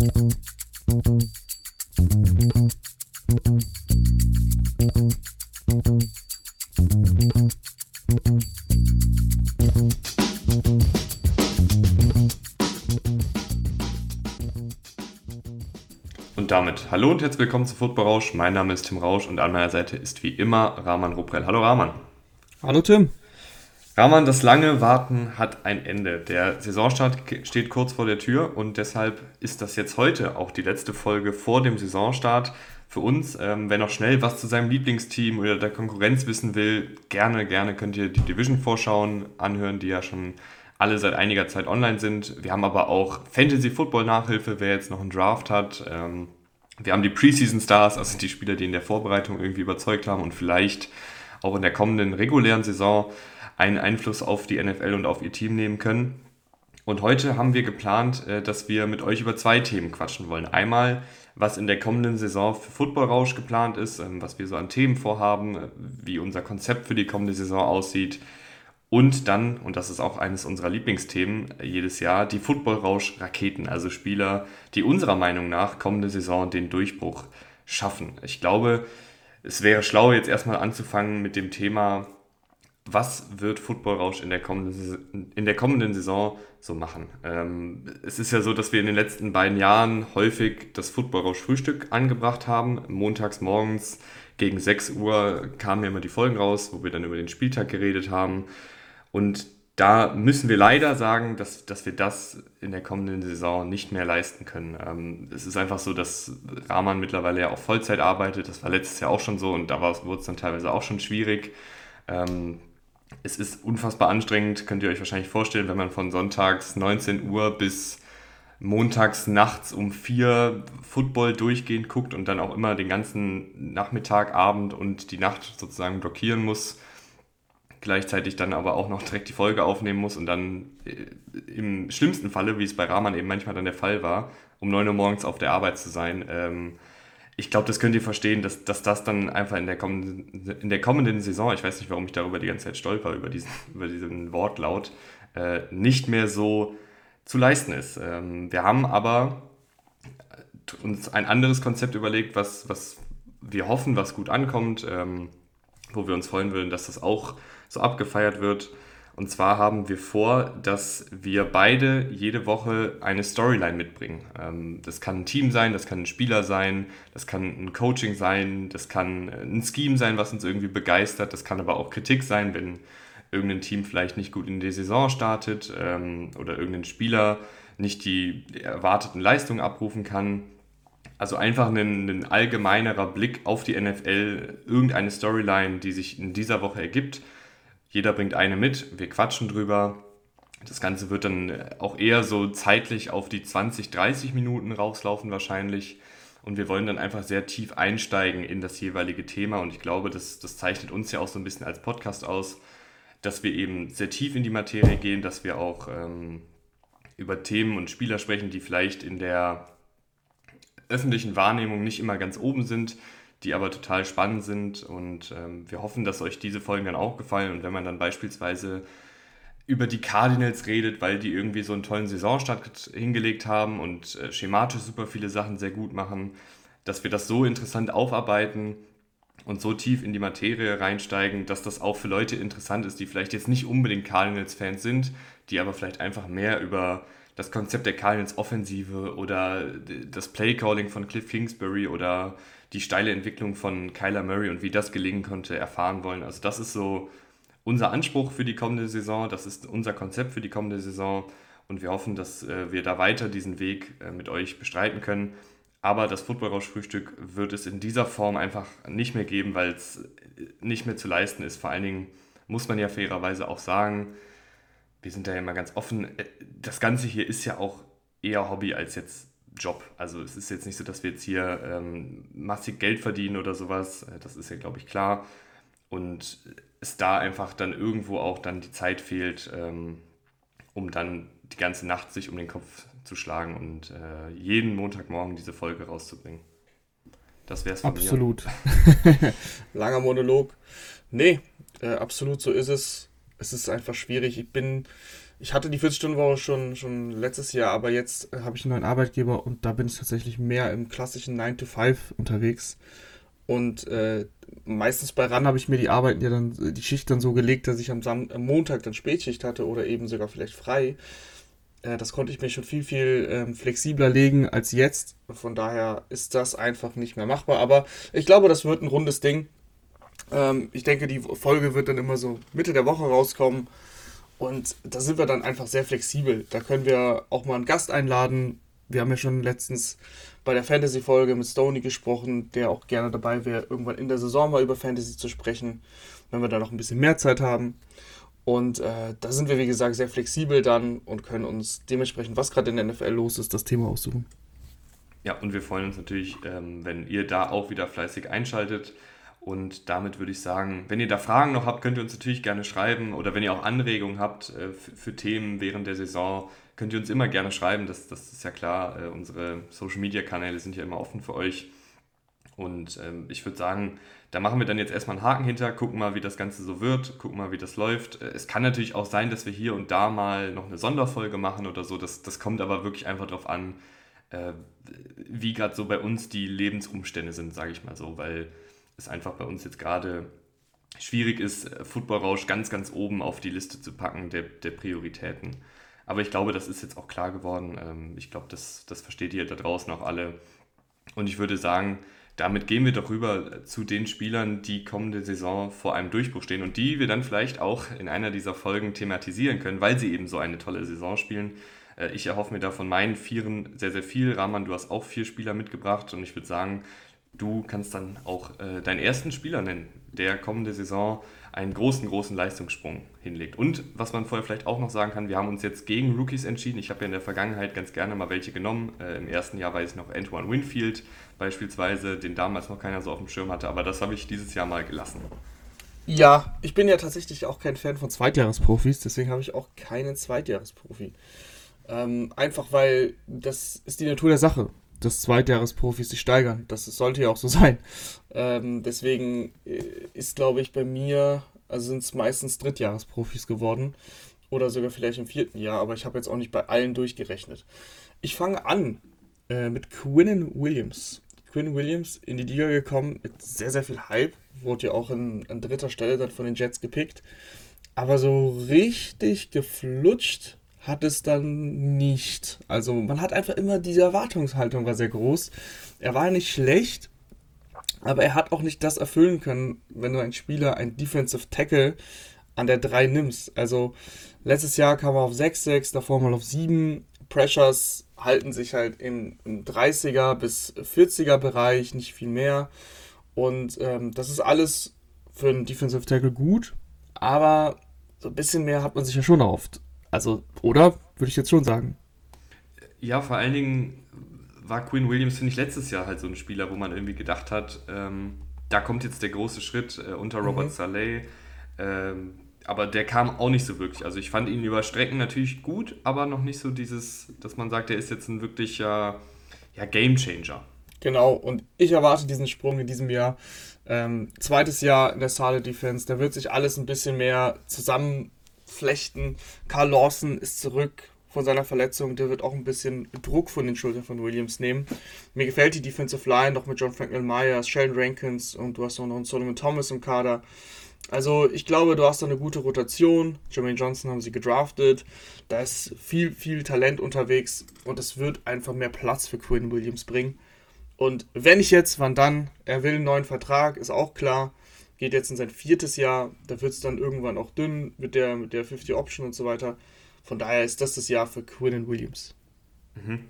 Und damit hallo und herzlich willkommen zu Football Rausch. Mein Name ist Tim Rausch und an meiner Seite ist wie immer Rahman Ruprell. Hallo Rahman. Hallo Tim. Rahman, das lange Warten hat ein Ende. Der Saisonstart steht kurz vor der Tür und deshalb ist das jetzt heute auch die letzte Folge vor dem Saisonstart für uns. Wer noch schnell was zu seinem Lieblingsteam oder der Konkurrenz wissen will, gerne könnt ihr die Division-Vorschauen anhören, die ja schon alle seit einiger Zeit online sind. Wir haben aber auch Fantasy-Football-Nachhilfe, wer jetzt noch einen Draft hat. Wir haben die Preseason-Stars, also die Spieler, die in der Vorbereitung irgendwie überzeugt haben und vielleicht auch in der kommenden regulären Saison einen Einfluss auf die NFL und auf ihr Team nehmen können. Und heute haben wir geplant, dass wir mit euch über zwei Themen quatschen wollen. Einmal, was in der kommenden Saison für Football Rausch geplant ist, was wir so an Themen vorhaben, wie unser Konzept für die kommende Saison aussieht. Und dann, und das ist auch eines unserer Lieblingsthemen jedes Jahr, die Football Rausch Raketen, also Spieler, die unserer Meinung nach kommende Saison den Durchbruch schaffen. Ich glaube, es wäre schlau, jetzt erstmal anzufangen mit dem Thema, was wird Football Rausch in der kommenden Saison so machen? Es ist ja so, dass wir in den letzten beiden Jahren häufig das Football Rausch Frühstück angebracht haben. Montags morgens gegen 6 Uhr kamen ja immer die Folgen raus, wo wir dann über den Spieltag geredet haben. Und da müssen wir leider sagen, dass wir das in der kommenden Saison nicht mehr leisten können. Es ist einfach so, dass Rahman mittlerweile ja auch Vollzeit arbeitet. Das war letztes Jahr auch schon so und da wurde es dann teilweise auch schon schwierig. Es ist unfassbar anstrengend, könnt ihr euch wahrscheinlich vorstellen, wenn man von sonntags 19 Uhr bis montags nachts um 4 Football durchgehend guckt und dann auch immer den ganzen Nachmittag, Abend und die Nacht sozusagen blockieren muss. Gleichzeitig dann aber auch noch direkt die Folge aufnehmen muss und dann im schlimmsten Falle, wie es bei Rahman eben manchmal dann der Fall war, um 9 Uhr morgens auf der Arbeit zu sein. Ich glaube, das könnt ihr verstehen, dass das dann einfach in der kommenden Saison, ich weiß nicht, warum ich darüber die ganze Zeit stolper, über diesen Wortlaut, nicht mehr so zu leisten ist. Wir haben aber uns ein anderes Konzept überlegt, was wir hoffen, was gut ankommt, wo wir uns freuen würden, dass das auch so abgefeiert wird. Und zwar haben wir vor, dass wir beide jede Woche eine Storyline mitbringen. Das kann ein Team sein, das kann ein Spieler sein, das kann ein Coaching sein, das kann ein Scheme sein, was uns irgendwie begeistert, das kann aber auch Kritik sein, wenn irgendein Team vielleicht nicht gut in die Saison startet oder irgendein Spieler nicht die erwarteten Leistungen abrufen kann. Also einfach ein allgemeinerer Blick auf die NFL, irgendeine Storyline, die sich in dieser Woche ergibt. Jeder bringt eine mit, wir quatschen drüber. Das Ganze wird dann auch eher so zeitlich auf die 20, 30 Minuten rauslaufen wahrscheinlich. Und wir wollen dann einfach sehr tief einsteigen in das jeweilige Thema. Und ich glaube, das zeichnet uns ja auch so ein bisschen als Podcast aus, dass wir eben sehr tief in die Materie gehen, dass wir auch über Themen und Spieler sprechen, die vielleicht in der öffentlichen Wahrnehmung nicht immer ganz oben sind, die aber total spannend sind und wir hoffen, dass euch diese Folgen dann auch gefallen und wenn man dann beispielsweise über die Cardinals redet, weil die irgendwie so einen tollen Saisonstart hingelegt haben und schematisch super viele Sachen sehr gut machen, dass wir das so interessant aufarbeiten und so tief in die Materie reinsteigen, dass das auch für Leute interessant ist, die vielleicht jetzt nicht unbedingt Cardinals-Fans sind, die aber vielleicht einfach mehr über das Konzept der Cardinals-Offensive oder das Playcalling von Cliff Kingsbury oder die steile Entwicklung von Kyler Murray und wie das gelingen konnte, erfahren wollen. Also das ist so unser Anspruch für die kommende Saison, das ist unser Konzept für die kommende Saison und wir hoffen, dass wir da weiter diesen Weg mit euch bestreiten können. Aber das Football-Rausch-Frühstück wird es in dieser Form einfach nicht mehr geben, weil es nicht mehr zu leisten ist. Vor allen Dingen muss man ja fairerweise auch sagen, wir sind da ja immer ganz offen, das Ganze hier ist ja auch eher Hobby als jetzt Job. Also es ist jetzt nicht so, dass wir jetzt hier massig Geld verdienen oder sowas. Das ist ja, glaube ich, klar. Und es da einfach dann irgendwo auch dann die Zeit fehlt, um dann die ganze Nacht sich um den Kopf zu schlagen und jeden Montagmorgen diese Folge rauszubringen. Das wäre es von mir. Absolut. Langer Monolog. Nee, absolut so ist es. Es ist einfach schwierig. Ich hatte die 40-Stunden-Woche schon letztes Jahr, aber jetzt habe ich einen neuen Arbeitgeber und da bin ich tatsächlich mehr im klassischen 9 to 5 unterwegs. Und meistens bei RAN habe ich mir die Schicht dann so gelegt, dass ich am Montag dann Spätschicht hatte oder eben sogar vielleicht frei. Das konnte ich mir schon viel flexibler legen als jetzt. Von daher ist das einfach nicht mehr machbar. Aber ich glaube, das wird ein rundes Ding. Ich denke, die Folge wird dann immer so Mitte der Woche rauskommen. Und da sind wir dann einfach sehr flexibel. Da können wir auch mal einen Gast einladen. Wir haben ja schon letztens bei der Fantasy-Folge mit Stoney gesprochen, der auch gerne dabei wäre, irgendwann in der Saison mal über Fantasy zu sprechen, wenn wir da noch ein bisschen mehr Zeit haben. Und da sind wir, wie gesagt, sehr flexibel dann und können uns dementsprechend, was gerade in der NFL los ist, das Thema aussuchen. Ja, und wir freuen uns natürlich, wenn ihr da auch wieder fleißig einschaltet. Und damit würde ich sagen, wenn ihr da Fragen noch habt, könnt ihr uns natürlich gerne schreiben. Oder wenn ihr auch Anregungen habt für Themen während der Saison, könnt ihr uns immer gerne schreiben. Das ist ja klar. Unsere Social-Media-Kanäle sind ja immer offen für euch. Und ich würde sagen, da machen wir dann jetzt erstmal einen Haken hinter, gucken mal, wie das Ganze so wird, gucken mal, wie das läuft. Es kann natürlich auch sein, dass wir hier und da mal noch eine Sonderfolge machen oder so. Das kommt aber wirklich einfach darauf an, äh, wie gerade so bei uns die Lebensumstände sind, sage ich mal so, weil es einfach bei uns jetzt gerade schwierig ist, Footballrausch ganz, ganz oben auf die Liste zu packen der Prioritäten. Aber ich glaube, das ist jetzt auch klar geworden. Ich glaube, das versteht ihr da draußen auch alle. Und ich würde sagen, damit gehen wir doch rüber zu den Spielern, die kommende Saison vor einem Durchbruch stehen und die wir dann vielleicht auch in einer dieser Folgen thematisieren können, weil sie eben so eine tolle Saison spielen. Ich erhoffe mir da von meinen Vieren sehr, sehr viel. Rahman, du hast auch 4 Spieler mitgebracht und ich würde sagen, du kannst dann auch deinen ersten Spieler nennen, der kommende Saison einen großen, großen Leistungssprung hinlegt. Und was man vorher vielleicht auch noch sagen kann, wir haben uns jetzt gegen Rookies entschieden. Ich habe ja in der Vergangenheit ganz gerne mal welche genommen. Im ersten Jahr weiß ich noch Antoine Winfield beispielsweise, den damals noch keiner so auf dem Schirm hatte, aber das habe ich dieses Jahr mal gelassen. Ja, ich bin ja tatsächlich auch kein Fan von Zweitjahresprofis, deswegen habe ich auch keinen Zweitjahresprofi. Einfach weil das ist die Natur der Sache, dass Zweitjahresprofis sich steigern. Sollte ja auch so sein. Deswegen ist, glaube ich, bei mir, also sind es meistens Drittjahresprofis geworden oder sogar vielleicht im 4. Jahr, aber ich habe jetzt auch nicht bei allen durchgerechnet. Ich fange an mit Quinnen Williams. Quinn Williams in die Liga gekommen mit sehr, sehr viel Hype. Wurde ja auch an dritter Stelle dann von den Jets gepickt. Aber so richtig geflutscht hat es dann nicht. Also man hat einfach immer diese Erwartungshaltung war sehr groß. Er war nicht schlecht, aber er hat auch nicht das erfüllen können, wenn du einen Spieler, einen Defensive Tackle an der 3 nimmst. Also letztes Jahr kam er auf 6,6, davor mal auf 7. Pressures halten sich halt im 30er bis 40er Bereich, nicht viel mehr. Und das ist alles für einen Defensive Tackle gut, aber so ein bisschen mehr hat man sich ja schon erhofft. Also, oder? Würde ich jetzt schon sagen. Ja, vor allen Dingen war Quinn Williams, finde ich, letztes Jahr halt so ein Spieler, wo man irgendwie gedacht hat, da kommt jetzt der große Schritt unter Robert Mhm. Saleh. Aber der kam auch nicht so wirklich. Also ich fand ihn über Strecken natürlich gut, aber noch nicht so dieses, dass man sagt, der ist jetzt ein wirklicher Game Changer. Genau, und ich erwarte diesen Sprung in diesem Jahr. Zweites Jahr in der Starter Defense, da wird sich alles ein bisschen mehr zusammenflechten. Carl Lawson ist zurück von seiner Verletzung, der wird auch ein bisschen Druck von den Schultern von Williams nehmen. Mir gefällt die Defensive Line noch mit John Franklin Myers, Sheldon Rankins und du hast auch noch einen Solomon Thomas im Kader. Also ich glaube, du hast da eine gute Rotation. Jermaine Johnson haben sie gedraftet. Da ist viel Talent unterwegs und es wird einfach mehr Platz für Quinn Williams bringen. Und wenn nicht jetzt, wann dann? Er will einen neuen Vertrag, ist auch klar. Geht jetzt in sein 4. Jahr. Da wird es dann irgendwann auch dünn mit der 50 Option und so weiter. Von daher ist das Jahr für Quinn Williams. Mhm.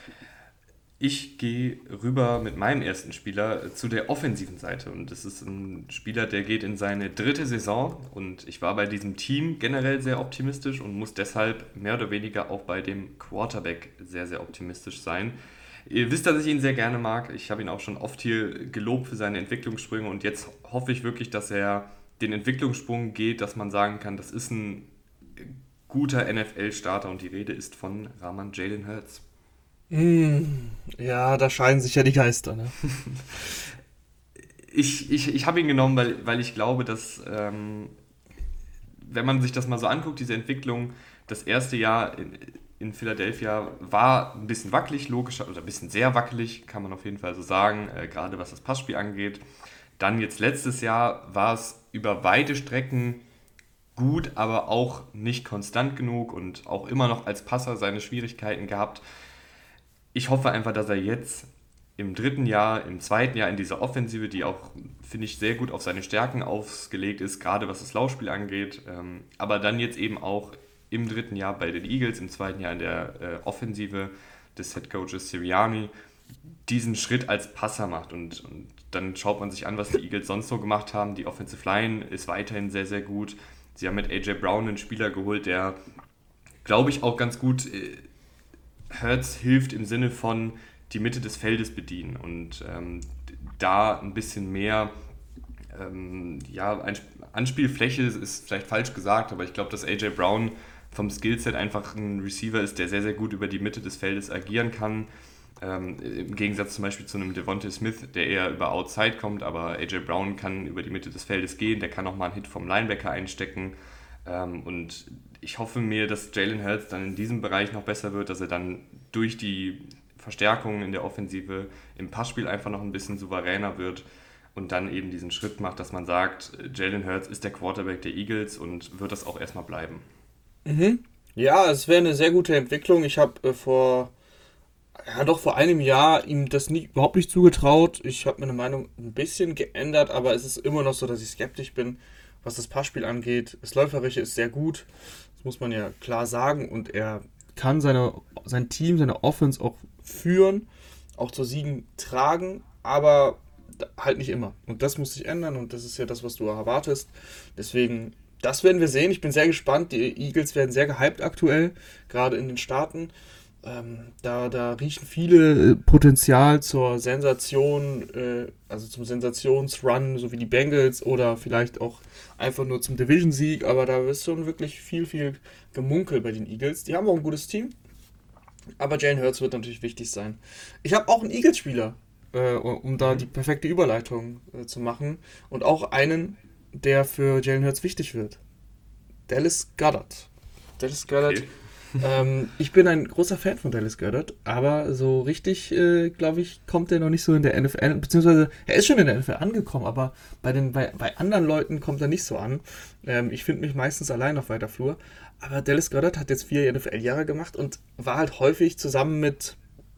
Ich gehe rüber mit meinem ersten Spieler zu der offensiven Seite und das ist ein Spieler, der geht in seine 3. Saison und ich war bei diesem Team generell sehr optimistisch und muss deshalb mehr oder weniger auch bei dem Quarterback sehr, sehr optimistisch sein. Ihr wisst, dass ich ihn sehr gerne mag. Ich habe ihn auch schon oft hier gelobt für seine Entwicklungssprünge und jetzt hoffe ich wirklich, dass er den Entwicklungssprung geht, dass man sagen kann, das ist ein guter NFL-Starter und die Rede ist von Rahman Jalen Hurts. Ja, da scheiden sich ja die Geister, ne? Ich habe ihn genommen, weil ich glaube, dass, wenn man sich das mal so anguckt, diese Entwicklung, das erste Jahr in Philadelphia war ein bisschen wackelig, logisch, oder ein bisschen sehr wackelig, kann man auf jeden Fall so sagen, gerade was das Passspiel angeht. Dann jetzt letztes Jahr war es über weite Strecken gut, aber auch nicht konstant genug und auch immer noch als Passer seine Schwierigkeiten gehabt. Ich hoffe einfach, dass er jetzt im dritten Jahr, im zweiten Jahr in dieser Offensive, die auch, finde ich, sehr gut auf seine Stärken ausgelegt ist, gerade was das Laufspiel angeht, aber dann jetzt eben auch im dritten Jahr bei den Eagles, im zweiten Jahr in der Offensive des Headcoaches Sirianni, diesen Schritt als Passer macht und dann schaut man sich an, was die Eagles sonst so gemacht haben. Die Offensive Line ist weiterhin sehr, sehr gut. Sie haben mit AJ Brown einen Spieler geholt, der, glaube ich, auch ganz gut Hurts hilft im Sinne von die Mitte des Feldes bedienen und da ein bisschen mehr Anspielfläche ist vielleicht falsch gesagt, aber ich glaube, dass AJ Brown vom Skillset einfach ein Receiver ist, der sehr, sehr gut über die Mitte des Feldes agieren kann. Im Gegensatz zum Beispiel zu einem Devontae Smith, der eher über Outside kommt, aber AJ Brown kann über die Mitte des Feldes gehen, der kann auch mal einen Hit vom Linebacker einstecken. Und ich hoffe mir, dass Jalen Hurts dann in diesem Bereich noch besser wird, dass er dann durch die Verstärkungen in der Offensive im Passspiel einfach noch ein bisschen souveräner wird und dann eben diesen Schritt macht, dass man sagt, Jalen Hurts ist der Quarterback der Eagles und wird das auch erstmal bleiben. Mhm. Ja, es wäre eine sehr gute Entwicklung. Ich habe vor einem Jahr ihm das überhaupt nicht zugetraut. Ich habe meine Meinung ein bisschen geändert, aber es ist immer noch so, dass ich skeptisch bin, was das Passspiel angeht. Das Läuferische ist sehr gut, das muss man ja klar sagen. Und er kann sein Team, seine Offense auch führen, auch zu Siegen tragen, aber halt nicht immer. Und das muss sich ändern und das ist ja das, was du erwartest. Deswegen, das werden wir sehen. Ich bin sehr gespannt. Die Eagles werden sehr gehypt aktuell, gerade in den Staaten. Da riechen viele Potenzial zur Sensation, also zum Sensationsrun, so wie die Bengals oder vielleicht auch einfach nur zum Division-Sieg, aber da ist schon wirklich viel Gemunkel bei den Eagles. Die haben auch ein gutes Team, aber Jalen Hurts wird natürlich wichtig sein. Ich habe auch einen Eagles-Spieler, um da die perfekte Überleitung zu machen und auch einen, der für Jalen Hurts wichtig wird. Dallas Goedert. Dallas Goedert. Okay. Ich bin ein großer Fan von Dallas Goedert, aber so richtig, glaube ich, kommt er noch nicht so in der NFL, beziehungsweise er ist schon in der NFL angekommen, aber bei anderen Leuten kommt er nicht so an. Ich finde mich meistens allein auf weiter Flur, aber Dallas Goedert hat jetzt 4 NFL-Jahre gemacht und war halt häufig zusammen mit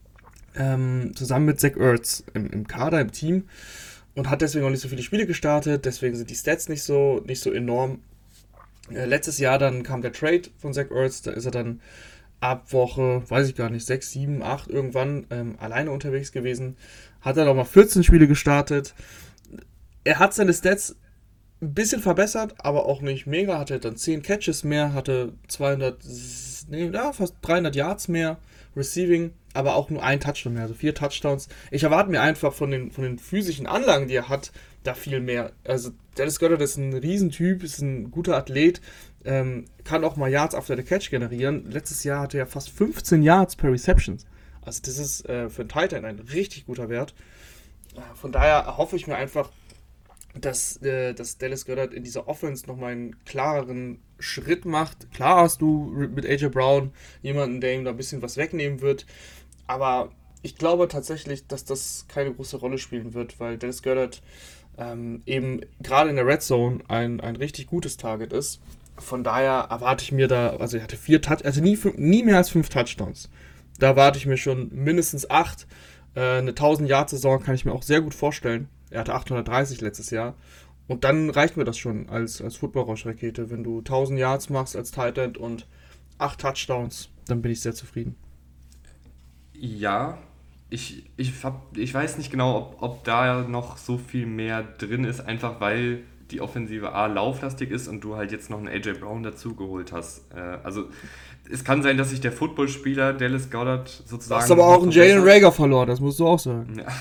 Zach Ertz im Kader, im Team und hat deswegen auch nicht so viele Spiele gestartet, deswegen sind die Stats nicht so enorm. Letztes Jahr dann kam der Trade von Zach Ertz, da ist er dann ab Woche, weiß ich gar nicht, 6, 7, 8 irgendwann alleine unterwegs gewesen, hat dann auch mal 14 Spiele gestartet. Er hat seine Stats ein bisschen verbessert, aber auch nicht mega, hatte dann 10 Catches mehr, hatte fast 300 Yards mehr Receiving, aber auch nur ein Touchdown mehr, also 4 Touchdowns. Ich erwarte mir einfach von den physischen Anlagen, die er hat, da viel mehr. Also Dallas Goedert ist ein Riesentyp, ist ein guter Athlet, kann auch mal Yards after the Catch generieren. Letztes Jahr hatte er fast 15 Yards per Reception. Also das ist für einen Tight End ein richtig guter Wert. Von daher hoffe ich mir einfach, dass Dallas Goedert in dieser Offense nochmal einen klareren Schritt macht. Klar hast du mit AJ Brown jemanden, der ihm da ein bisschen was wegnehmen wird, aber ich glaube tatsächlich, dass das keine große Rolle spielen wird, weil Dallas Goedert eben gerade in der Red Zone ein richtig gutes Target ist. Von daher erwarte ich mir da, also er hatte 4 Touchdowns, nie mehr als 5 Touchdowns. Da erwarte ich mir schon mindestens 8. Eine 1000-Yard-Saison kann ich mir auch sehr gut vorstellen. Er hatte 830 letztes Jahr. Und dann reicht mir das schon als Football-Rausch-Rakete. Wenn du 1000 Yards machst als Tight End und 8 Touchdowns, dann bin ich sehr zufrieden. Ja, ich weiß nicht genau, ob da noch so viel mehr drin ist, einfach weil die Offensive A lauflastig ist und du halt jetzt noch einen AJ Brown dazugeholt hast. Also es kann sein, dass sich der Footballspieler Dallas Goedert sozusagen... Du hast aber auch einen Jalen Reagor verloren, das musst du auch sagen. Ja.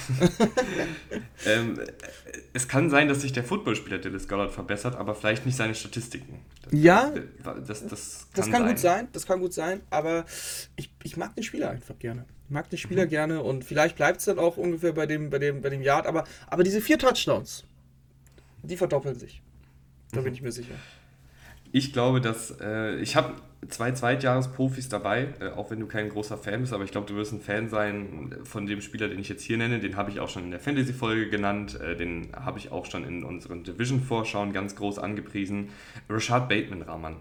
Es kann sein, dass sich der Footballspieler Dallas Goedert verbessert, aber vielleicht nicht seine Statistiken. Das kann gut sein. Das kann gut sein, aber ich mag den Spieler einfach gerne. Ich mag den Spieler gerne und vielleicht bleibt es dann auch ungefähr bei dem Yard, aber diese 4 Touchdowns, die verdoppeln sich. Da bin ich mir sicher. Ich glaube, dass ich habe zwei Zweitjahresprofis dabei, auch wenn du kein großer Fan bist, aber ich glaube, du wirst ein Fan sein von dem Spieler, den ich jetzt hier nenne. Den habe ich auch schon in der Fantasy-Folge genannt, den habe ich auch schon in unseren Division-Vorschauen ganz groß angepriesen. Rashad Bateman, Rahman.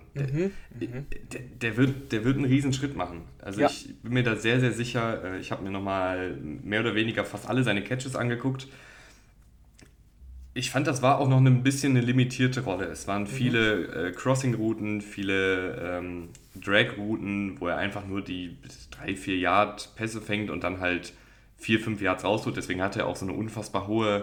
Der wird einen Riesenschritt machen. Also Ja. ich bin mir da sehr, sehr sicher. Ich habe mir nochmal mehr oder weniger fast alle seine Catches angeguckt. Ich fand, das war auch noch ein bisschen eine limitierte Rolle. Es waren viele Crossing-Routen, viele Drag-Routen, wo er einfach nur die 3-4 Yard Pässe fängt und dann halt 4-5 Yards rausholt. Deswegen hat er auch so eine unfassbar hohe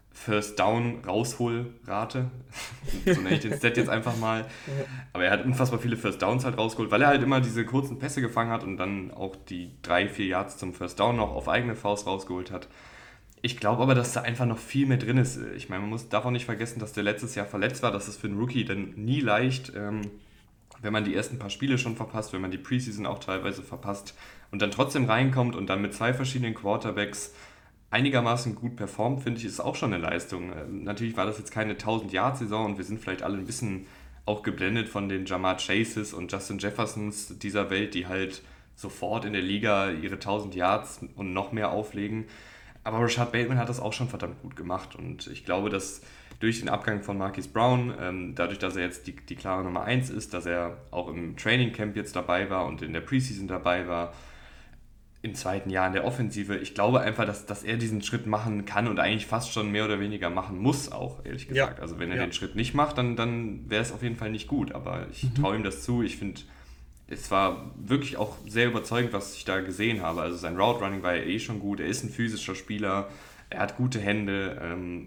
First-Down-Rausholrate. So nenne ich den Stat jetzt einfach mal. Aber er hat unfassbar viele First Downs halt rausgeholt, weil er halt immer diese kurzen Pässe gefangen hat und dann auch die 3-4 Yards zum First Down noch auf eigene Faust rausgeholt hat. Ich glaube aber, dass da einfach noch viel mehr drin ist. Ich meine, darf auch nicht vergessen, dass der letztes Jahr verletzt war. Das ist für einen Rookie dann nie leicht, wenn man die ersten paar Spiele schon verpasst, wenn man die Preseason auch teilweise verpasst und dann trotzdem reinkommt und dann mit zwei verschiedenen Quarterbacks einigermaßen gut performt, finde ich, ist auch schon eine Leistung. Natürlich war das jetzt keine 1000-Yard-Saison und wir sind vielleicht alle ein bisschen auch geblendet von den Jamar Chases und Justin Jeffersons dieser Welt, die halt sofort in der Liga ihre 1000 Yards und noch mehr auflegen. Aber Rashad Bateman hat das auch schon verdammt gut gemacht und ich glaube, dass durch den Abgang von Marquise Brown, dadurch, dass er jetzt die klare Nummer 1 ist, dass er auch im Training Camp jetzt dabei war und in der Preseason dabei war, im zweiten Jahr in der Offensive, ich glaube einfach, dass er diesen Schritt machen kann und eigentlich fast schon mehr oder weniger machen muss auch, ehrlich gesagt. Ja. Also wenn er Ja. den Schritt nicht macht, dann wäre es auf jeden Fall nicht gut, aber ich traue ihm das zu. Ich finde, es war wirklich auch sehr überzeugend, was ich da gesehen habe. Also sein Route Running war ja eh schon gut. Er ist ein physischer Spieler. Er hat gute Hände.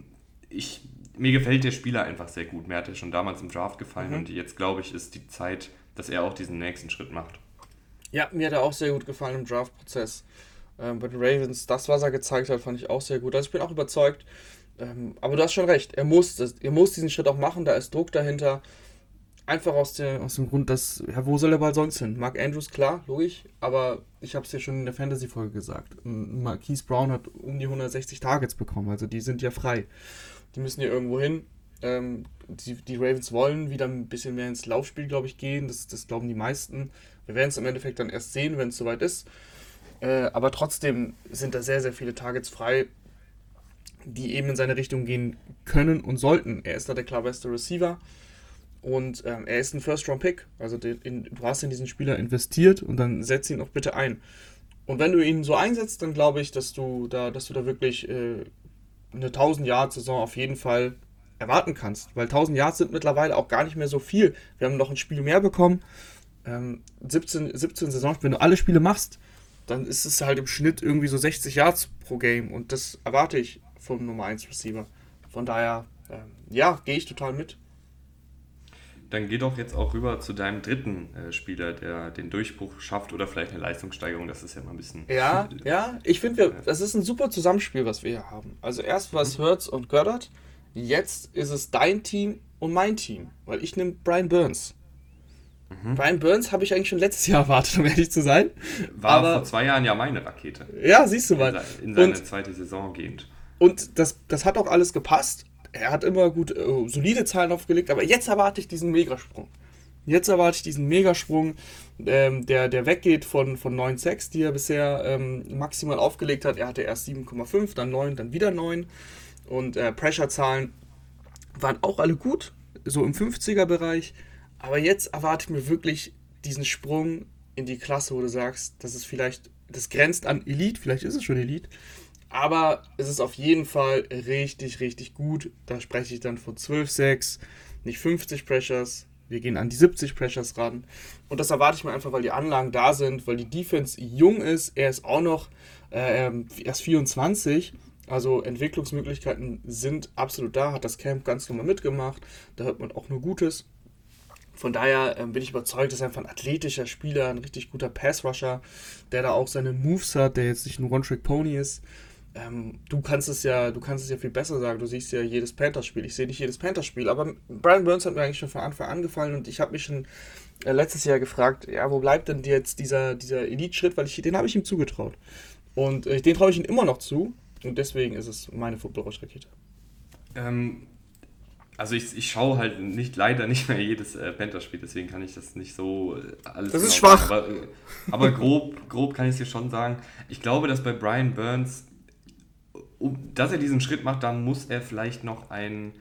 Mir gefällt der Spieler einfach sehr gut. Mir hat er schon damals im Draft gefallen und jetzt, glaube ich, ist die Zeit, dass er auch diesen nächsten Schritt macht. Ja, mir hat er auch sehr gut gefallen im Draft-Prozess. Bei den Ravens, das, was er gezeigt hat, fand ich auch sehr gut. Also ich bin auch überzeugt. Aber du hast schon recht, er muss diesen Schritt auch machen, da ist Druck dahinter. Einfach aus dem Grund, dass, ja, wo soll der Ball sonst hin? Mark Andrews, klar, logisch, aber ich habe es ja schon in der Fantasy-Folge gesagt. Marquise Brown hat um die 160 Targets bekommen, also die sind ja frei. Die müssen ja irgendwo hin. Die Ravens wollen wieder ein bisschen mehr ins Laufspiel, glaube ich, gehen. Das glauben die meisten. Wir werden es im Endeffekt dann erst sehen, wenn es soweit ist. Aber trotzdem sind da sehr, sehr viele Targets frei, die eben in seine Richtung gehen können und sollten. Er ist da der klar beste Receiver und er ist ein First-Round-Pick. Also du hast in diesen Spieler investiert und dann setz ihn auch bitte ein. Und wenn du ihn so einsetzt, dann glaube ich, dass du da wirklich eine 1000-Yard-Saison auf jeden Fall erwarten kannst. Weil 1000 Yards sind mittlerweile auch gar nicht mehr so viel. Wir haben noch ein Spiel mehr bekommen. 17 Saisons, wenn du alle Spiele machst, dann ist es halt im Schnitt irgendwie so 60 Yards pro Game und das erwarte ich vom Nummer 1 Receiver. Von daher, ja, gehe ich total mit. Dann geh doch jetzt auch rüber zu deinem dritten Spieler, der den Durchbruch schafft oder vielleicht eine Leistungssteigerung. Das ist ja mal ein bisschen. Ja, ich finde, das ist ein super Zusammenspiel, was wir hier haben. Also erst war es Hurts und Goddard, jetzt ist es dein Team und mein Team, weil ich nehme Brian Burns. Brian Burns habe ich eigentlich schon letztes Jahr erwartet, um ehrlich zu sein. War Aber vor 2 Jahren ja meine Rakete. ja, siehst du mal. In seine Und zweite Saison gehend. Und das hat auch alles gepasst. Er hat immer gut solide Zahlen aufgelegt, aber jetzt erwarte ich diesen Megasprung. Der weggeht von 9,6, die er bisher maximal aufgelegt hat. Er hatte erst 7,5, dann 9, dann wieder 9. Und Pressure-Zahlen waren auch alle gut, so im 50er-Bereich. Aber jetzt erwarte ich mir wirklich diesen Sprung in die Klasse, wo du sagst, das grenzt an Elite, vielleicht ist es schon Elite, aber es ist auf jeden Fall richtig, richtig gut. Da spreche ich dann von 12,6, nicht 50 Pressures. Wir gehen an die 70 Pressures ran. Und das erwarte ich mir einfach, weil die Anlagen da sind, weil die Defense jung ist. Er ist auch noch erst 24. Also Entwicklungsmöglichkeiten sind absolut da. Hat das Camp ganz normal mitgemacht. Da hört man auch nur Gutes. Von daher bin ich überzeugt, dass er einfach ein athletischer Spieler, ein richtig guter Pass-Rusher, der da auch seine Moves hat, der jetzt nicht ein One-Trick-Pony ist. Du kannst es ja viel besser sagen. Du siehst ja jedes Panthers-Spiel. Ich sehe nicht jedes Panthers-Spiel, aber Brian Burns hat mir eigentlich schon von Anfang an gefallen und ich habe mich schon letztes Jahr gefragt, ja, wo bleibt denn jetzt dieser Elite-Schritt, weil den habe ich ihm zugetraut. Und den traue ich ihm immer noch zu und deswegen ist es meine Football-Rush-Rakete. Also ich schaue halt leider nicht mehr jedes Panthers-Spiel, deswegen kann ich das nicht so alles Das ist genau sagen. schwach. Aber grob kann ich es dir schon sagen. Ich glaube, dass bei Brian Burns, dass er diesen Schritt macht, da muss er vielleicht noch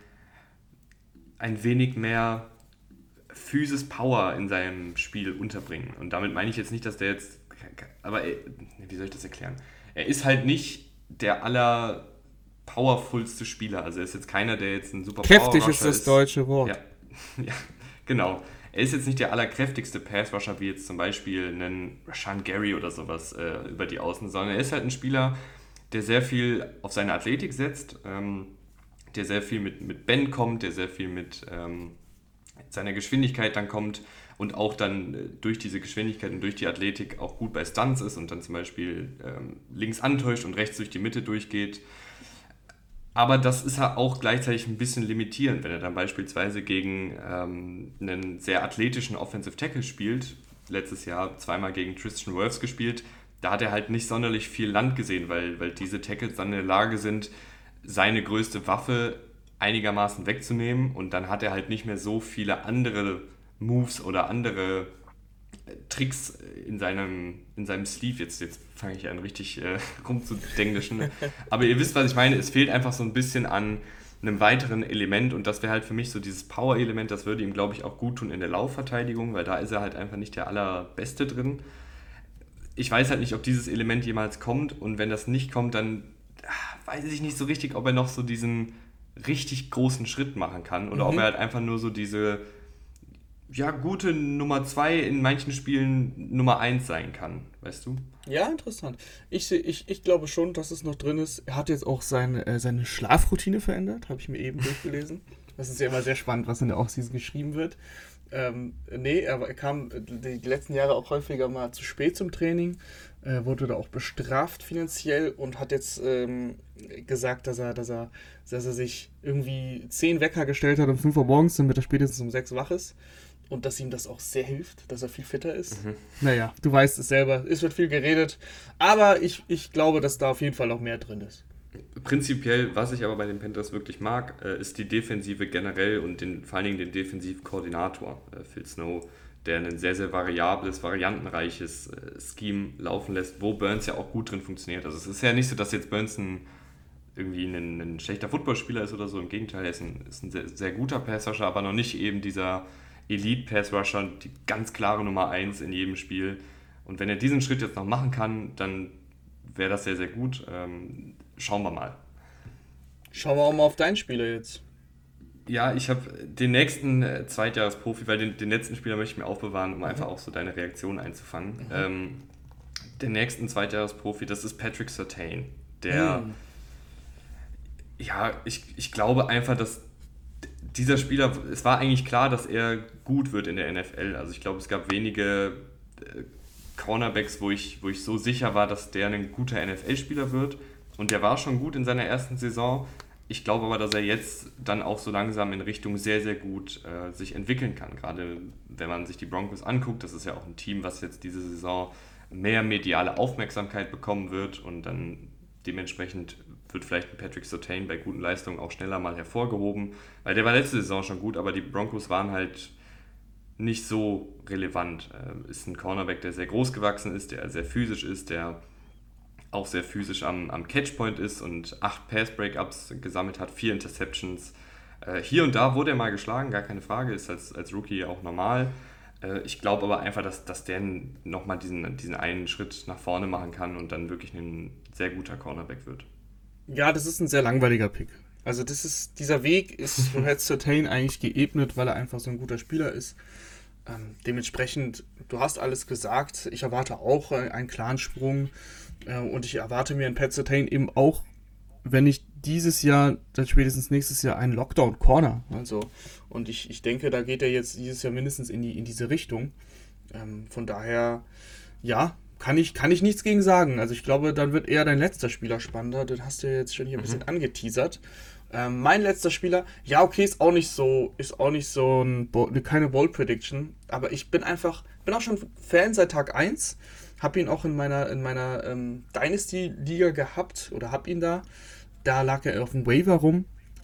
ein wenig mehr Physis Power in seinem Spiel unterbringen. Und damit meine ich jetzt nicht, dass der jetzt, aber wie soll ich das erklären? Er ist halt nicht der powerfulste Spieler. Also er ist jetzt keiner, der jetzt ein super Kräftig Power ist Rusher das deutsche Wort. Ja, ja, genau. Er ist jetzt nicht der allerkräftigste Pass-Rusher, wie jetzt zum Beispiel einen Rashan Gary oder sowas über die Außen, sondern er ist halt ein Spieler, der sehr viel auf seine Athletik setzt, der sehr viel mit Bend kommt, der sehr viel mit seiner Geschwindigkeit dann kommt und auch dann durch diese Geschwindigkeit und durch die Athletik auch gut bei Stunts ist und dann zum Beispiel links antäuscht und rechts durch die Mitte durchgeht. Aber das ist ja auch gleichzeitig ein bisschen limitierend, wenn er dann beispielsweise gegen einen sehr athletischen Offensive Tackle spielt. Letztes Jahr zweimal gegen Tristan Wirfs gespielt. Da hat er halt nicht sonderlich viel Land gesehen, weil diese Tackles dann in der Lage sind, seine größte Waffe einigermaßen wegzunehmen. Und dann hat er halt nicht mehr so viele andere Moves oder andere Tricks in seinem Sleeve. Jetzt fange ich an, richtig rumzudenglischen. Aber ihr wisst, was ich meine. Es fehlt einfach so ein bisschen an einem weiteren Element und das wäre halt für mich so dieses Power-Element, das würde ihm, glaube ich, auch gut tun in der Laufverteidigung, weil da ist er halt einfach nicht der Allerbeste drin. Ich weiß halt nicht, ob dieses Element jemals kommt und wenn das nicht kommt, dann weiß ich nicht so richtig, ob er noch so diesen richtig großen Schritt machen kann oder ob er halt einfach nur so diese gute Nummer 2 in manchen Spielen Nummer 1 sein kann, weißt du? Ja, interessant. Ich glaube schon, dass es noch drin ist. Er hat jetzt auch seine Schlafroutine verändert, habe ich mir eben durchgelesen. Das ist ja immer sehr spannend, was in der Offseason geschrieben wird. Nee, er kam die letzten Jahre auch häufiger mal zu spät zum Training, wurde da auch bestraft finanziell und hat jetzt gesagt, dass er sich irgendwie 10 Wecker gestellt hat um 5 Uhr morgens, damit er spätestens um 6 wach ist. Und dass ihm das auch sehr hilft, dass er viel fitter ist. Naja, du weißt es selber, es wird viel geredet. Aber ich glaube, dass da auf jeden Fall noch mehr drin ist. Prinzipiell, was ich aber bei den Panthers wirklich mag, ist die Defensive generell und vor allen Dingen den Defensivkoordinator Phil Snow, der ein sehr, sehr variantenreiches Scheme laufen lässt, wo Burns ja auch gut drin funktioniert. Also es ist ja nicht so, dass jetzt Burns irgendwie ein schlechter Footballspieler ist oder so. Im Gegenteil, er ist ein sehr, sehr guter Passrusher, aber noch nicht eben dieser Elite-Pass-Rusher, die ganz klare Nummer 1 in jedem Spiel. Und wenn er diesen Schritt jetzt noch machen kann, dann wäre das sehr, sehr gut. Schauen wir mal. Schauen wir auch mal auf deinen Spieler jetzt. Ja, ich habe den nächsten Zweitjahresprofi, weil den letzten Spieler möchte ich mir aufbewahren, um einfach auch so deine Reaktion einzufangen. Den nächsten Zweitjahresprofi, das ist Patrick Surtain. Ich glaube einfach, dass dieser Spieler, es war eigentlich klar, dass er gut wird in der NFL. Also ich glaube, es gab wenige Cornerbacks, wo ich so sicher war, dass der ein guter NFL-Spieler wird. Und der war schon gut in seiner ersten Saison. Ich glaube aber, dass er jetzt dann auch so langsam in Richtung sehr, sehr gut sich entwickeln kann. Gerade wenn man sich die Broncos anguckt, das ist ja auch ein Team, was jetzt diese Saison mehr mediale Aufmerksamkeit bekommen wird und dann dementsprechend wird vielleicht ein Patrick Surtain bei guten Leistungen auch schneller mal hervorgehoben, weil der war letzte Saison schon gut, aber die Broncos waren halt nicht so relevant. Ist ein Cornerback, der sehr groß gewachsen ist, der sehr physisch ist, der auch sehr physisch am Catchpoint ist und 8 Pass-Breakups gesammelt hat, 4 Interceptions. Hier und da wurde er mal geschlagen, gar keine Frage, ist als Rookie auch normal. Ich glaube aber einfach, dass der nochmal diesen einen Schritt nach vorne machen kann und dann wirklich ein sehr guter Cornerback wird. Ja, das ist ein sehr langweiliger Pick. Also dieser Weg ist für Pat Surtain eigentlich geebnet, weil er einfach so ein guter Spieler ist. Dementsprechend, du hast alles gesagt, ich erwarte auch einen klaren Sprung und ich erwarte mir in Pat Surtain eben auch, wenn nicht dieses Jahr, dann spätestens nächstes Jahr einen Lockdown-Corner. Also, und ich denke, da geht er jetzt dieses Jahr mindestens in diese Richtung. Von daher, ja, kann ich nichts gegen sagen. Also ich glaube, dann wird eher dein letzter Spieler spannender. Den hast du ja jetzt schon hier ein bisschen angeteasert. Mein letzter Spieler, ja okay, ist auch nicht so keine Bold Prediction, aber ich bin auch schon Fan seit Tag 1, habe ihn auch in meiner Dynasty-Liga gehabt oder habe ihn da lag er auf dem Waiver rum.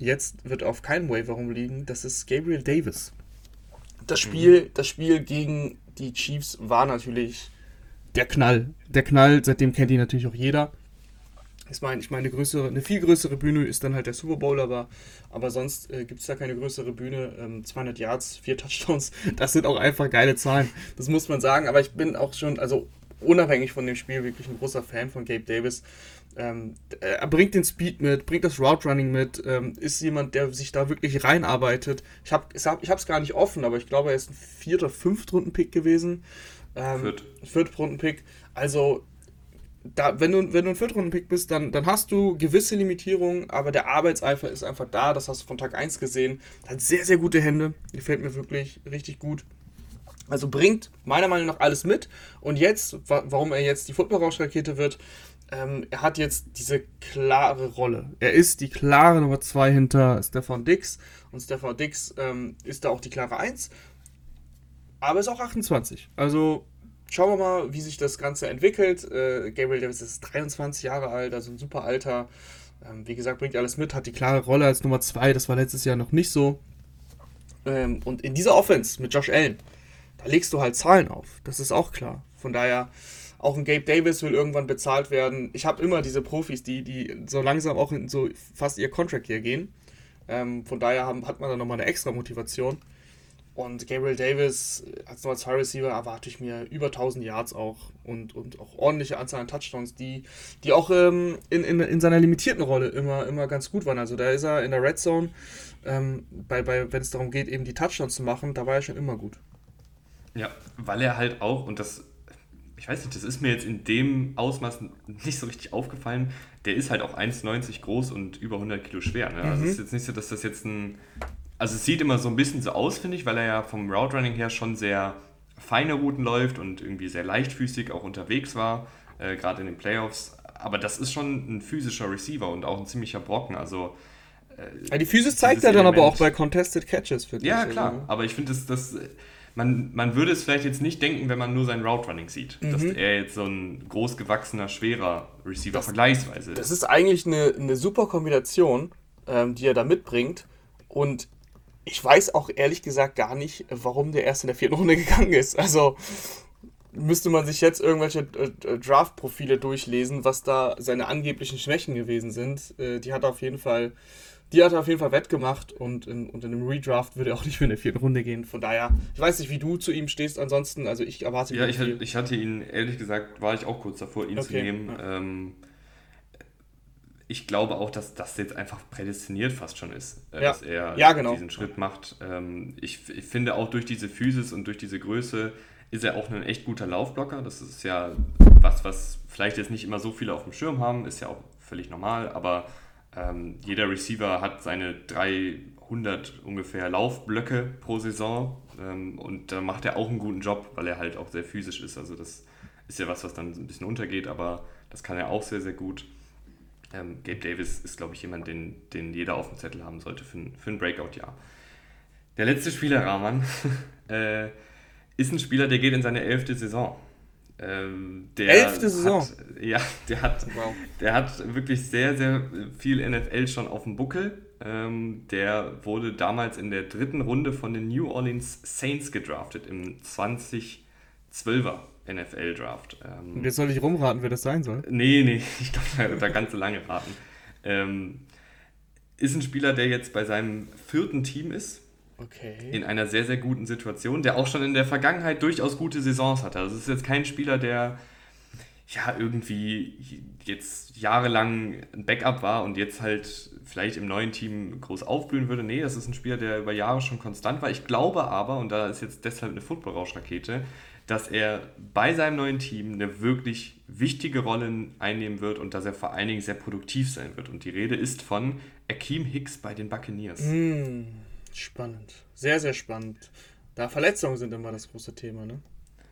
jetzt wird auf keinem Waiver rumliegen, das ist Gabriel Davis. Das Spiel gegen die Chiefs war natürlich der Knall. Der Knall, seitdem kennt ihn natürlich auch jeder. Ich meine, eine viel größere Bühne ist dann halt der Super Bowl, aber sonst gibt es da keine größere Bühne. 200 Yards, 4 Touchdowns, das sind auch einfach geile Zahlen. Das muss man sagen, aber ich bin auch schon, also unabhängig von dem Spiel, wirklich ein großer Fan von Gabe Davis. Er bringt den Speed mit, bringt das Route Running mit, ist jemand, der sich da wirklich reinarbeitet. Ich hab's gar nicht offen, aber ich glaube, er ist ein 4. oder 5. Runden-Pick gewesen. 4. Runden-Pick. Also, wenn du ein 4. Runden-Pick bist, dann hast du gewisse Limitierungen, aber der Arbeitseifer ist einfach da. Das hast du von Tag 1 gesehen. Hat sehr, sehr gute Hände. Gefällt mir wirklich richtig gut. Also bringt meiner Meinung nach alles mit. Und jetzt, warum er jetzt die Football-Rausch-Rakete wird, er hat jetzt diese klare Rolle. Er ist die klare Nummer 2 hinter Stefon Diggs. Und Stefon Diggs ist da auch die klare 1. Aber ist auch 28. Also schauen wir mal, wie sich das Ganze entwickelt. Gabriel Davis ist 23 Jahre alt, also ein super Alter. Wie gesagt, bringt alles mit, hat die klare Rolle als Nummer 2. Das war letztes Jahr noch nicht so. Und in dieser Offense mit Josh Allen, da legst du halt Zahlen auf. Das ist auch klar. Von daher, auch ein Gabe Davis will irgendwann bezahlt werden. Ich habe immer diese Profis, die so langsam auch in so fast ihr Contract hier gehen. Von daher hat man da nochmal eine extra Motivation. Und Gabriel Davis als Nummer 2 Receiver erwarte ich mir über 1000 Yards auch und auch ordentliche Anzahl an Touchdowns, die auch in seiner limitierten Rolle immer ganz gut waren. Also da ist er in der Red Zone, wenn es darum geht, eben die Touchdowns zu machen, da war er schon immer gut. Ja, weil er halt auch, und das, ich weiß nicht, das ist mir jetzt in dem Ausmaß nicht so richtig aufgefallen, der ist halt auch 1,90 groß und über 100 Kilo schwer. Ne? Also es ist jetzt nicht so, dass das jetzt also es sieht immer so ein bisschen so aus, finde ich, weil er ja vom Route Running her schon sehr feine Routen läuft und irgendwie sehr leichtfüßig auch unterwegs war, gerade in den Playoffs. Aber das ist schon ein physischer Receiver und auch ein ziemlicher Brocken. Also die Physis zeigt er dann aber auch bei Contested Catches, finde ich. Ja, klar. Aber ich finde, man würde es vielleicht jetzt nicht denken, wenn man nur sein Route Running sieht, dass er jetzt so ein großgewachsener, schwerer Receiver vergleichsweise ist. Das ist eigentlich eine super Kombination, die er da mitbringt. Und ich weiß auch ehrlich gesagt gar nicht, warum der erst in der 4. Runde gegangen ist. Also müsste man sich jetzt irgendwelche Draft-Profile durchlesen, was da seine angeblichen Schwächen gewesen sind. Die hat er auf jeden Fall wettgemacht und in einem Redraft würde er auch nicht mehr in der 4. Runde gehen. Von daher, ich weiß nicht, wie du zu ihm stehst. Ansonsten, also ich erwarte ihn. Ja, ich hatte ihn, ehrlich gesagt, war ich auch kurz davor, ihn zu nehmen. Ja. Ich glaube auch, dass das jetzt einfach prädestiniert fast schon ist, dass er diesen Schritt macht. Ich finde auch durch diese Physis und durch diese Größe ist er auch ein echt guter Laufblocker. Das ist ja was vielleicht jetzt nicht immer so viele auf dem Schirm haben, ist ja auch völlig normal, aber jeder Receiver hat seine 300 ungefähr Laufblöcke pro Saison und da macht er auch einen guten Job, weil er halt auch sehr physisch ist. Also das ist ja was dann ein bisschen untergeht, aber das kann er auch sehr, sehr gut. Gabe Davis ist, glaube ich, jemand, den jeder auf dem Zettel haben sollte für ein Breakout-Jahr. Der letzte Spieler, Rahman, ist ein Spieler, der geht in seine 11. Saison. 11. Saison? Der hat wirklich sehr, sehr viel NFL schon auf dem Buckel. Der wurde damals in der 3. Runde von den New Orleans Saints gedraftet, im 2012er NFL-Draft. Und jetzt soll ich rumraten, wer das sein soll? Nee, ich glaube, da kannst du lange raten. Ist ein Spieler, der jetzt bei seinem 4. Team ist. Okay. In einer sehr, sehr guten Situation, der auch schon in der Vergangenheit durchaus gute Saisons hatte. Also es ist jetzt kein Spieler, der ja irgendwie jetzt jahrelang ein Backup war und jetzt halt vielleicht im neuen Team groß aufblühen würde. Nee, das ist ein Spieler, der über Jahre schon konstant war. Ich glaube aber, und da ist jetzt deshalb eine Football-Rausch-Rakete, dass er bei seinem neuen Team eine wirklich wichtige Rolle einnehmen wird und dass er vor allen Dingen sehr produktiv sein wird. Und die Rede ist von Akeem Hicks bei den Buccaneers. Spannend. Sehr, sehr spannend. Da Verletzungen sind immer das große Thema, ne?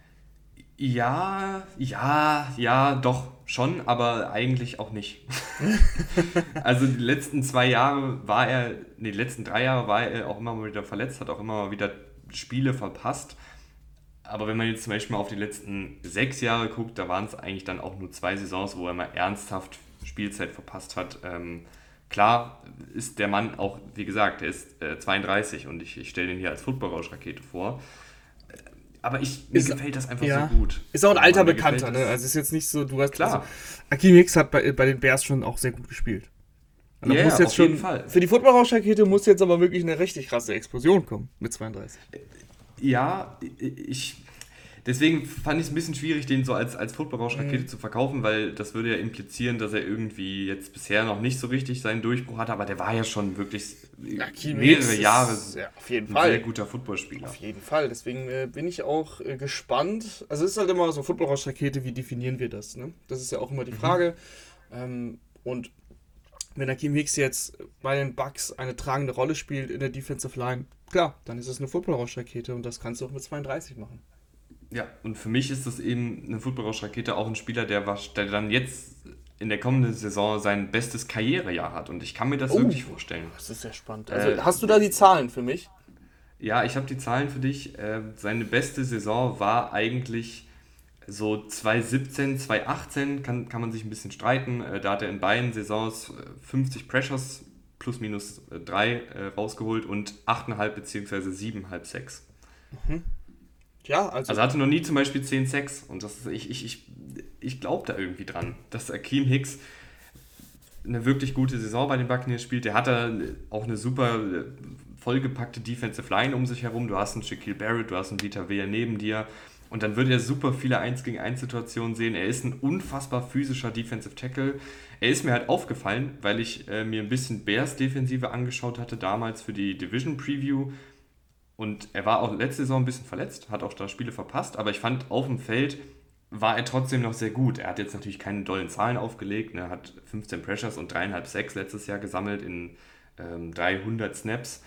Ja, doch, schon, aber eigentlich auch nicht. Also die letzten 3 Jahre war er auch immer mal wieder verletzt, hat auch immer mal wieder Spiele verpasst. Aber wenn man jetzt zum Beispiel mal auf die letzten 6 Jahre guckt, da waren es eigentlich dann auch nur 2 Saisons, wo er mal ernsthaft Spielzeit verpasst hat. klar ist der Mann auch, wie gesagt, er ist 32 und ich stelle den hier als Football-Rausch-Rakete vor. Aber mir gefällt das einfach so gut. Ist auch ein alter Bekannter, ne? Also ist jetzt nicht so, du hast... Klar. Also, Akiem Hicks hat bei den Bears schon auch sehr gut gespielt. Ja, muss jetzt auf jeden Fall. Für die Football-Rausch-Rakete muss jetzt aber wirklich eine richtig krasse Explosion kommen mit 32. Ja, deswegen fand ich es ein bisschen schwierig, den so als Football-Rausch-Rakete zu verkaufen, weil das würde ja implizieren, dass er irgendwie jetzt bisher noch nicht so richtig seinen Durchbruch hatte, aber der war ja schon wirklich mehrere Jahre auf jeden ein sehr guter Footballspieler. Auf jeden Fall, deswegen bin ich auch gespannt. Also es ist halt immer so Football-Rausch-Rakete, wie definieren wir das? Ne? Das ist ja auch immer die Frage. Und wenn Akiem Hicks jetzt bei den Bucks eine tragende Rolle spielt in der Defensive Line, klar, dann ist es eine Football-Rausch-Rakete und das kannst du auch mit 32 machen. Ja, und für mich ist das eben eine Football-Rausch-Rakete auch ein Spieler, der dann jetzt in der kommenden Saison sein bestes Karrierejahr hat. Und ich kann mir das wirklich vorstellen. Das ist sehr spannend. Also, hast du da die Zahlen für mich? Ja, ich habe die Zahlen für dich. Seine beste Saison war eigentlich so 2017, 2018, kann man sich ein bisschen streiten. Da hat er in beiden Saisons 50 Pressures plus minus 3 rausgeholt und 8,5 bzw. 7,5 Sacks. Ja, also hatte noch nie zum Beispiel 10 Sacks und das ist, ich glaube da irgendwie dran, dass Akiem Hicks eine wirklich gute Saison bei den Buccaneers spielt. Der hat da auch eine super vollgepackte Defensive Line um sich herum. Du hast einen Shaquille Barrett, du hast einen Vita Vea neben dir und dann wird er super viele 1-gegen-1 Situationen sehen. Er ist ein unfassbar physischer Defensive Tackle. Er ist mir halt aufgefallen, weil ich mir ein bisschen Bears Defensive angeschaut hatte damals für die Division Preview. Und er war auch letzte Saison ein bisschen verletzt, hat auch da Spiele verpasst, aber ich fand, auf dem Feld war er trotzdem noch sehr gut. Er hat jetzt natürlich keine dollen Zahlen aufgelegt, er hat 15 Pressures und 3,5 Sacks letztes Jahr gesammelt in 300 Snaps.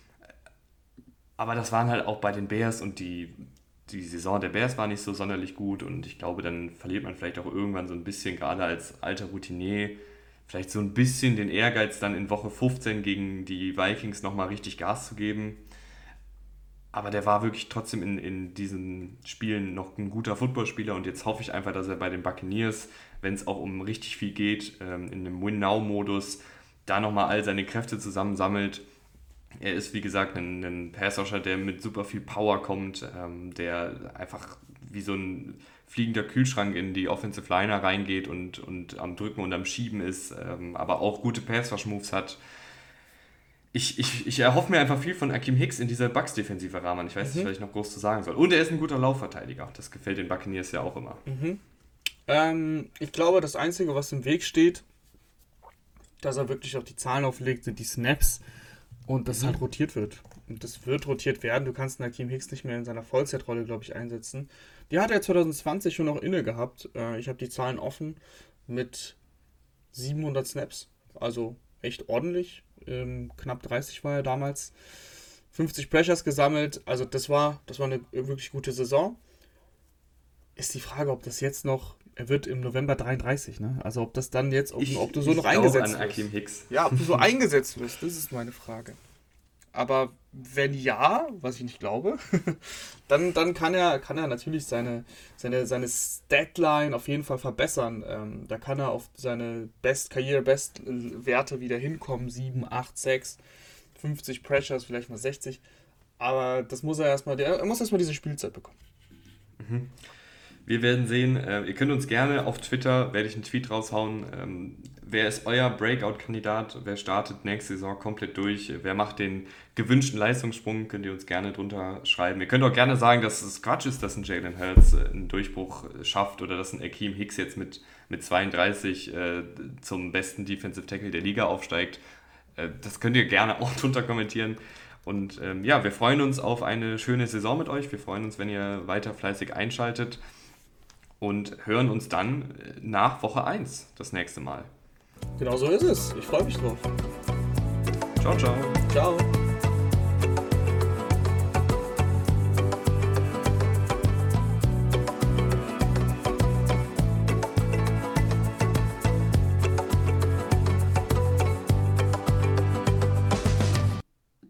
Aber das waren halt auch bei den Bears und die Saison der Bears war nicht so sonderlich gut und ich glaube, dann verliert man vielleicht auch irgendwann so ein bisschen, gerade als alter Routinier, vielleicht so ein bisschen den Ehrgeiz, dann in Woche 15 gegen die Vikings nochmal richtig Gas zu geben. Aber der war wirklich trotzdem in diesen Spielen noch ein guter Footballspieler und jetzt hoffe ich einfach, dass er bei den Buccaneers, wenn es auch um richtig viel geht, in einem Win-Now-Modus, da nochmal all seine Kräfte zusammensammelt. Er ist, wie gesagt, ein Passrusher, der mit super viel Power kommt, der einfach wie so ein fliegender Kühlschrank in die Offensive Liner reingeht und am Drücken und am Schieben ist, aber auch gute Pass-Rush-Moves hat. Ich erhoffe mir einfach viel von Akiem Hicks in dieser Bucks-defensive Rahmen. Ich weiß nicht, was ich noch groß zu sagen soll. Und er ist ein guter Laufverteidiger. Das gefällt den Buccaneers ja auch immer. Ich glaube, das Einzige, was im Weg steht, dass er wirklich auch die Zahlen auflegt, sind die Snaps und das halt rotiert wird. Und das wird rotiert werden. Du kannst einen Akiem Hicks nicht mehr in seiner Vollzeitrolle, glaube ich, einsetzen. Die hat er 2020 schon noch inne gehabt. Ich habe die Zahlen offen mit 700 Snaps. Also echt ordentlich. Knapp 30 war er damals. 50 Pressures gesammelt. Also das war eine wirklich gute Saison. Ist die Frage, ob das jetzt noch... Er wird im November 33, ne? Also ob das dann jetzt... Ob du so noch eingesetzt wirst. Akiem Hicks. Ja, ob du so eingesetzt wirst, das ist meine Frage. Aber wenn ja, was ich nicht glaube, dann kann er natürlich seine Statline auf jeden Fall verbessern. Da kann er auf seine Karriere-Best-Werte wieder hinkommen. 7, 8, 6, 50 Pressures, vielleicht mal 60. Aber das muss er muss erstmal diese Spielzeit bekommen. Wir werden sehen. Ihr könnt uns gerne auf Twitter, werde ich einen Tweet raushauen. Wer ist euer Breakout-Kandidat? Wer startet nächste Saison komplett durch? Wer macht den gewünschten Leistungssprung? Könnt ihr uns gerne drunter schreiben. Ihr könnt auch gerne sagen, dass es Quatsch ist, dass ein Jalen Hurts einen Durchbruch schafft oder dass ein Akiem Hicks jetzt mit 32 zum besten Defensive Tackle der Liga aufsteigt. Das könnt ihr gerne auch drunter kommentieren. Und wir freuen uns auf eine schöne Saison mit euch. Wir freuen uns, wenn ihr weiter fleißig einschaltet und hören uns dann nach Woche 1 das nächste Mal. Genau so ist es. Ich freue mich drauf. Ciao, ciao. Ciao.